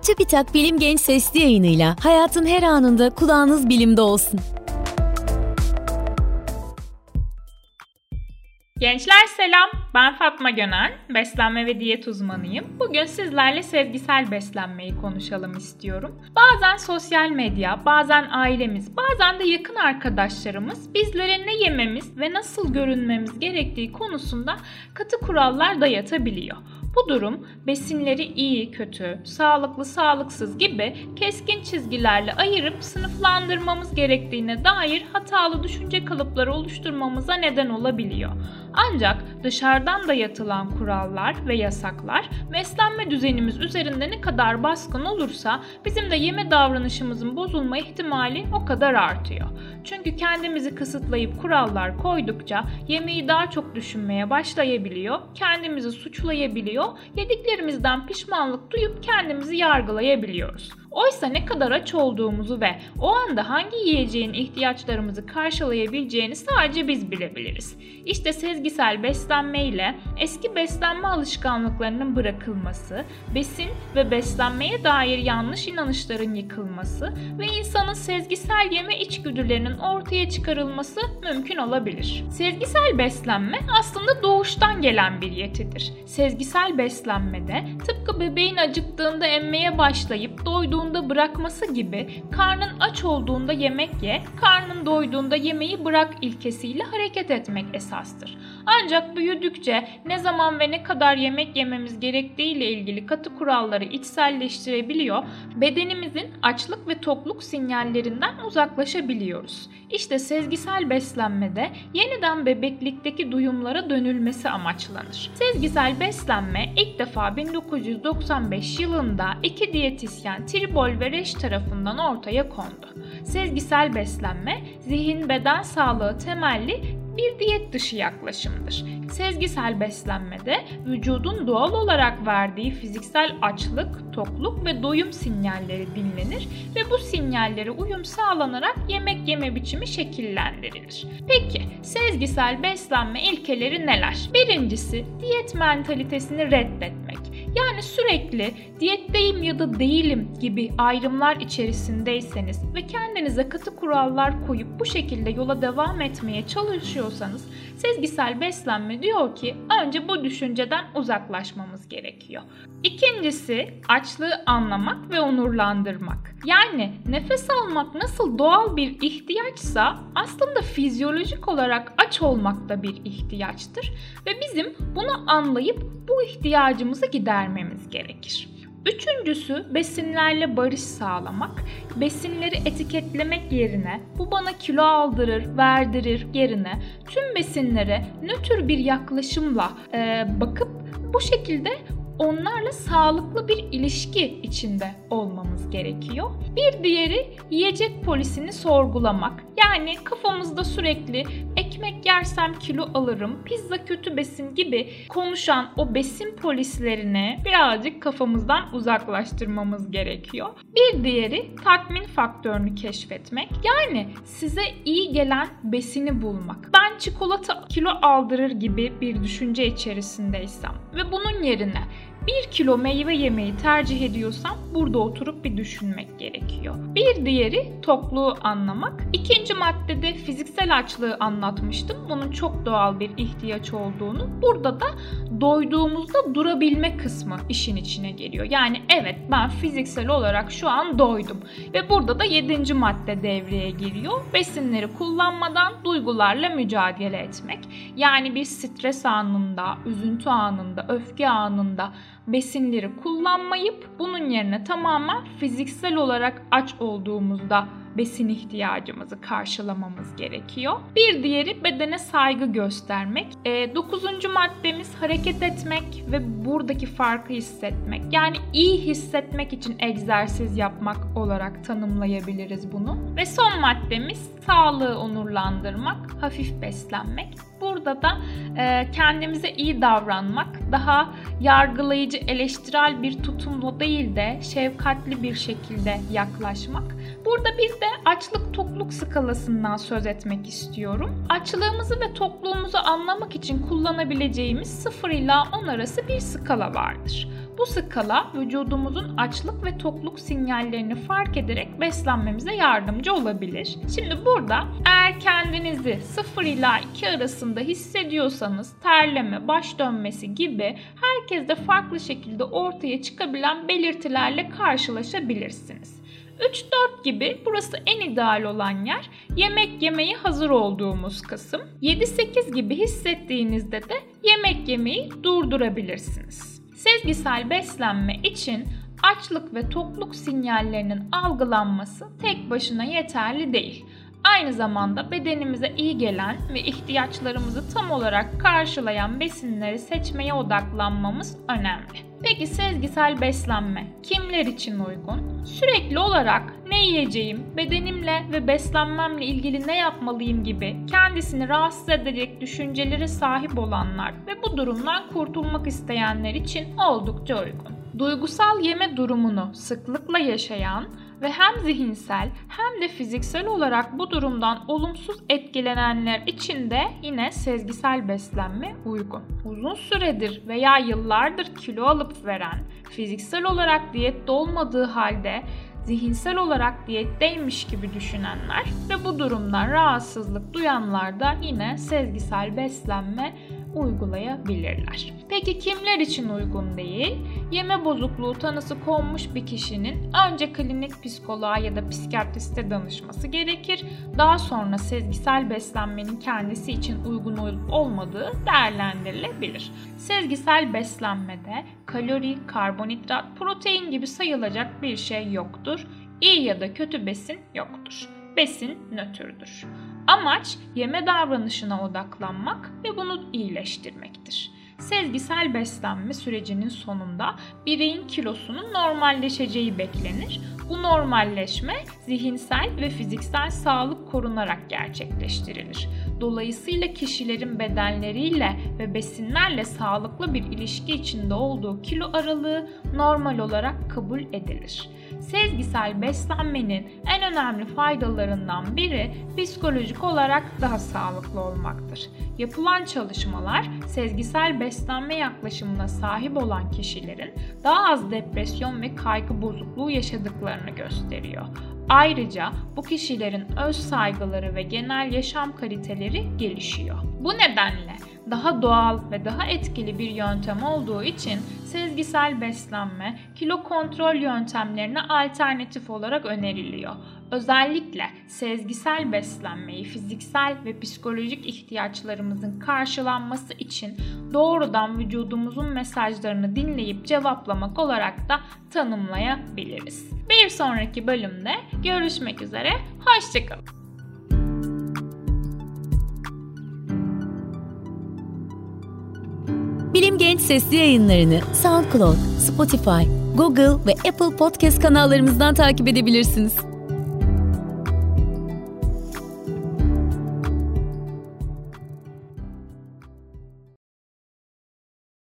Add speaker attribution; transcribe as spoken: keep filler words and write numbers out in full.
Speaker 1: Çubitak Bilim Genç Sesli yayınıyla hayatın her anında kulağınız bilimde olsun.
Speaker 2: Gençler selam, ben Fatma Gönen, beslenme ve diyet uzmanıyım. Bugün sizlerle sezgisel beslenmeyi konuşalım istiyorum. Bazen sosyal medya, bazen ailemiz, bazen de yakın arkadaşlarımız bizlere ne yememiz ve nasıl görünmemiz gerektiği konusunda katı kurallar dayatabiliyor. Bu durum besinleri iyi, kötü, sağlıklı, sağlıksız gibi keskin çizgilerle ayırıp sınıflandırmamız gerektiğine dair hatalı düşünce kalıpları oluşturmamıza neden olabiliyor. Ancak dışarıdan dayatılan kurallar ve yasaklar beslenme düzenimiz üzerinde ne kadar baskın olursa bizim de yeme davranışımızın bozulma ihtimali o kadar artıyor. Çünkü kendimizi kısıtlayıp kurallar koydukça yemeği daha çok düşünmeye başlayabiliyor, kendimizi suçlayabiliyor, yediklerimizden pişmanlık duyup kendimizi yargılayabiliyoruz. Oysa ne kadar aç olduğumuzu ve o anda hangi yiyeceğin ihtiyaçlarımızı karşılayabileceğini sadece biz bilebiliriz. İşte sezgisel beslenme ile eski beslenme alışkanlıklarının bırakılması, besin ve beslenmeye dair yanlış inanışların yıkılması ve insanın sezgisel yeme içgüdülerinin ortaya çıkarılması mümkün olabilir. Sezgisel beslenme aslında doğuştan gelen bir yetidir. Sezgisel beslenmede tıpkı bebeğin acıktığında emmeye başlayıp doyduğunda bırakması gibi karnın aç olduğunda yemek ye, karnın doyduğunda yemeği bırak ilkesiyle hareket etmek esastır. Ancak büyüdükçe ne zaman ve ne kadar yemek yememiz gerektiğiyle ilgili katı kuralları içselleştirebiliyor, bedenimizin açlık ve tokluk sinyallerinden uzaklaşabiliyoruz. İşte sezgisel beslenmede yeniden bebeklikteki duyumlara dönülmesi amaçlanır. Sezgisel beslenme ilk defa bin dokuz yüz doksan beş yılında iki diyetisyen Tribol ve Resch tarafından ortaya kondu. Sezgisel beslenme, zihin beden sağlığı temelli bir diyet dışı yaklaşımdır. Sezgisel beslenmede vücudun doğal olarak verdiği fiziksel açlık, tokluk ve doyum sinyalleri dinlenir ve bu sinyallere uyum sağlanarak yemek yeme biçimi şekillendirilir. Peki, sezgisel beslenme ilkeleri neler? Birincisi, diyet mentalitesini reddetmek. Yani sürekli diyetteyim ya da değilim gibi ayrımlar içerisindeyseniz ve kendinize katı kurallar koyup bu şekilde yola devam etmeye çalışıyorsanız sezgisel beslenme diyor ki önce bu düşünceden uzaklaşmamız gerekiyor. İkincisi, açlığı anlamak ve onurlandırmak. Yani nefes almak nasıl doğal bir ihtiyaçsa aslında fizyolojik olarak aç olmak da bir ihtiyaçtır ve bizim bunu anlayıp bu ihtiyacımızı gidermemiz gerekir. Üçüncüsü, besinlerle barış sağlamak. Besinleri etiketlemek yerine bu bana kilo aldırır, verdirir yerine tüm besinlere nötr bir yaklaşımla e, bakıp bu şekilde onlarla sağlıklı bir ilişki içinde olmamız gerekiyor. Bir diğeri yiyecek polisini sorgulamak. Yani kafamızda sürekli ekmek yersem kilo alırım, pizza kötü besin gibi konuşan o besin polislerini birazcık kafamızdan uzaklaştırmamız gerekiyor. Bir diğeri tatmin faktörünü keşfetmek. Yani size iyi gelen besini bulmak. Ben çikolata kilo aldırır gibi bir düşünce içerisindeysem ve bunun yerine bir kilo meyve yemeyi tercih ediyorsam burada oturup bir düşünmek gerekiyor. Bir diğeri tokluğu anlamak. İkinci maddede fiziksel açlığı anlatmıştım. Bunun çok doğal bir ihtiyaç olduğunu. Burada da doyduğumuzda durabilme kısmı işin içine geliyor. Yani evet, ben fiziksel olarak şu an doydum. Ve burada da yedinci madde devreye giriyor. Besinleri kullanmadan duygularla mücadele etmek. Yani bir stres anında, üzüntü anında, öfke anında besinleri kullanmayıp bunun yerine tamamen fiziksel olarak aç olduğumuzda besin ihtiyacımızı karşılamamız gerekiyor. Bir diğeri bedene saygı göstermek. E, dokuzuncu maddemiz hareket etmek ve buradaki farkı hissetmek. Yani iyi hissetmek için egzersiz yapmak olarak tanımlayabiliriz bunu. Ve son maddemiz sağlığı onurlandırmak, hafif beslenmek. Burada da e, kendimize iyi davranmak, daha yargılayıcı, eleştirel bir tutumla değil de şefkatli bir şekilde yaklaşmak. Burada bir de açlık tokluk skalasından söz etmek istiyorum. Açlığımızı ve tokluğumuzu anlamak için kullanabileceğimiz sıfır ila on arası bir skala vardır. Bu skala vücudumuzun açlık ve tokluk sinyallerini fark ederek beslenmemize yardımcı olabilir. Şimdi burada eğer kendinizi sıfır ila iki arasında hissediyorsanız terleme, baş dönmesi gibi herkeste farklı şekilde ortaya çıkabilen belirtilerle karşılaşabilirsiniz. üç dört gibi burası en ideal olan yer, yemek yemeye hazır olduğumuz kısım. yedi sekiz gibi hissettiğinizde de yemek yemeyi durdurabilirsiniz. Sezgisel beslenme için açlık ve tokluk sinyallerinin algılanması tek başına yeterli değil. Aynı zamanda bedenimize iyi gelen ve ihtiyaçlarımızı tam olarak karşılayan besinleri seçmeye odaklanmamız önemli. Peki sezgisel beslenme kimler için uygun? Sürekli olarak ne yiyeceğim, bedenimle ve beslenmemle ilgili ne yapmalıyım gibi kendisini rahatsız edecek düşüncelere sahip olanlar ve bu durumdan kurtulmak isteyenler için oldukça uygun. Duygusal yeme durumunu sıklıkla yaşayan ve hem zihinsel hem de fiziksel olarak bu durumdan olumsuz etkilenenler için de yine sezgisel beslenme uygun. Uzun süredir veya yıllardır kilo alıp veren, fiziksel olarak diyette olmadığı halde zihinsel olarak diyetteymiş gibi düşünenler ve bu durumdan rahatsızlık duyanlar da yine sezgisel beslenme uygulayabilirler. Peki kimler için uygun değil? Yeme bozukluğu tanısı konmuş bir kişinin önce klinik psikoloğa ya da psikiyatriste danışması gerekir. Daha sonra sezgisel beslenmenin kendisi için uygun olup olmadığı değerlendirilebilir. Sezgisel beslenmede kalori, karbonhidrat, protein gibi sayılacak bir şey yoktur. İyi ya da kötü besin yoktur. Besin nötrdür. Amaç yeme davranışına odaklanmak ve bunu iyileştirmektir. Sezgisel beslenme sürecinin sonunda bireyin kilosunun normalleşeceği beklenir. Bu normalleşme zihinsel ve fiziksel sağlık korunarak gerçekleştirilir. Dolayısıyla kişilerin bedenleriyle ve besinlerle sağlıklı bir ilişki içinde olduğu kilo aralığı normal olarak kabul edilir. Sezgisel beslenmenin en önemli faydalarından biri psikolojik olarak daha sağlıklı olmaktır. Yapılan çalışmalar sezgisel beslenme yaklaşımına sahip olan kişilerin daha az depresyon ve kaygı bozukluğu yaşadıklarını gösteriyor. Ayrıca bu kişilerin öz saygıları ve genel yaşam kaliteleri gelişiyor. Bu nedenle daha doğal ve daha etkili bir yöntem olduğu için sezgisel beslenme kilo kontrol yöntemlerine alternatif olarak öneriliyor. Özellikle sezgisel beslenmeyi fiziksel ve psikolojik ihtiyaçlarımızın karşılanması için doğrudan vücudumuzun mesajlarını dinleyip cevaplamak olarak da tanımlayabiliriz. Bir sonraki bölümde görüşmek üzere, hoşça kalın.
Speaker 1: Bilim Genç sesli yayınlarını SoundCloud, Spotify, Google ve Apple Podcast kanallarımızdan takip edebilirsiniz.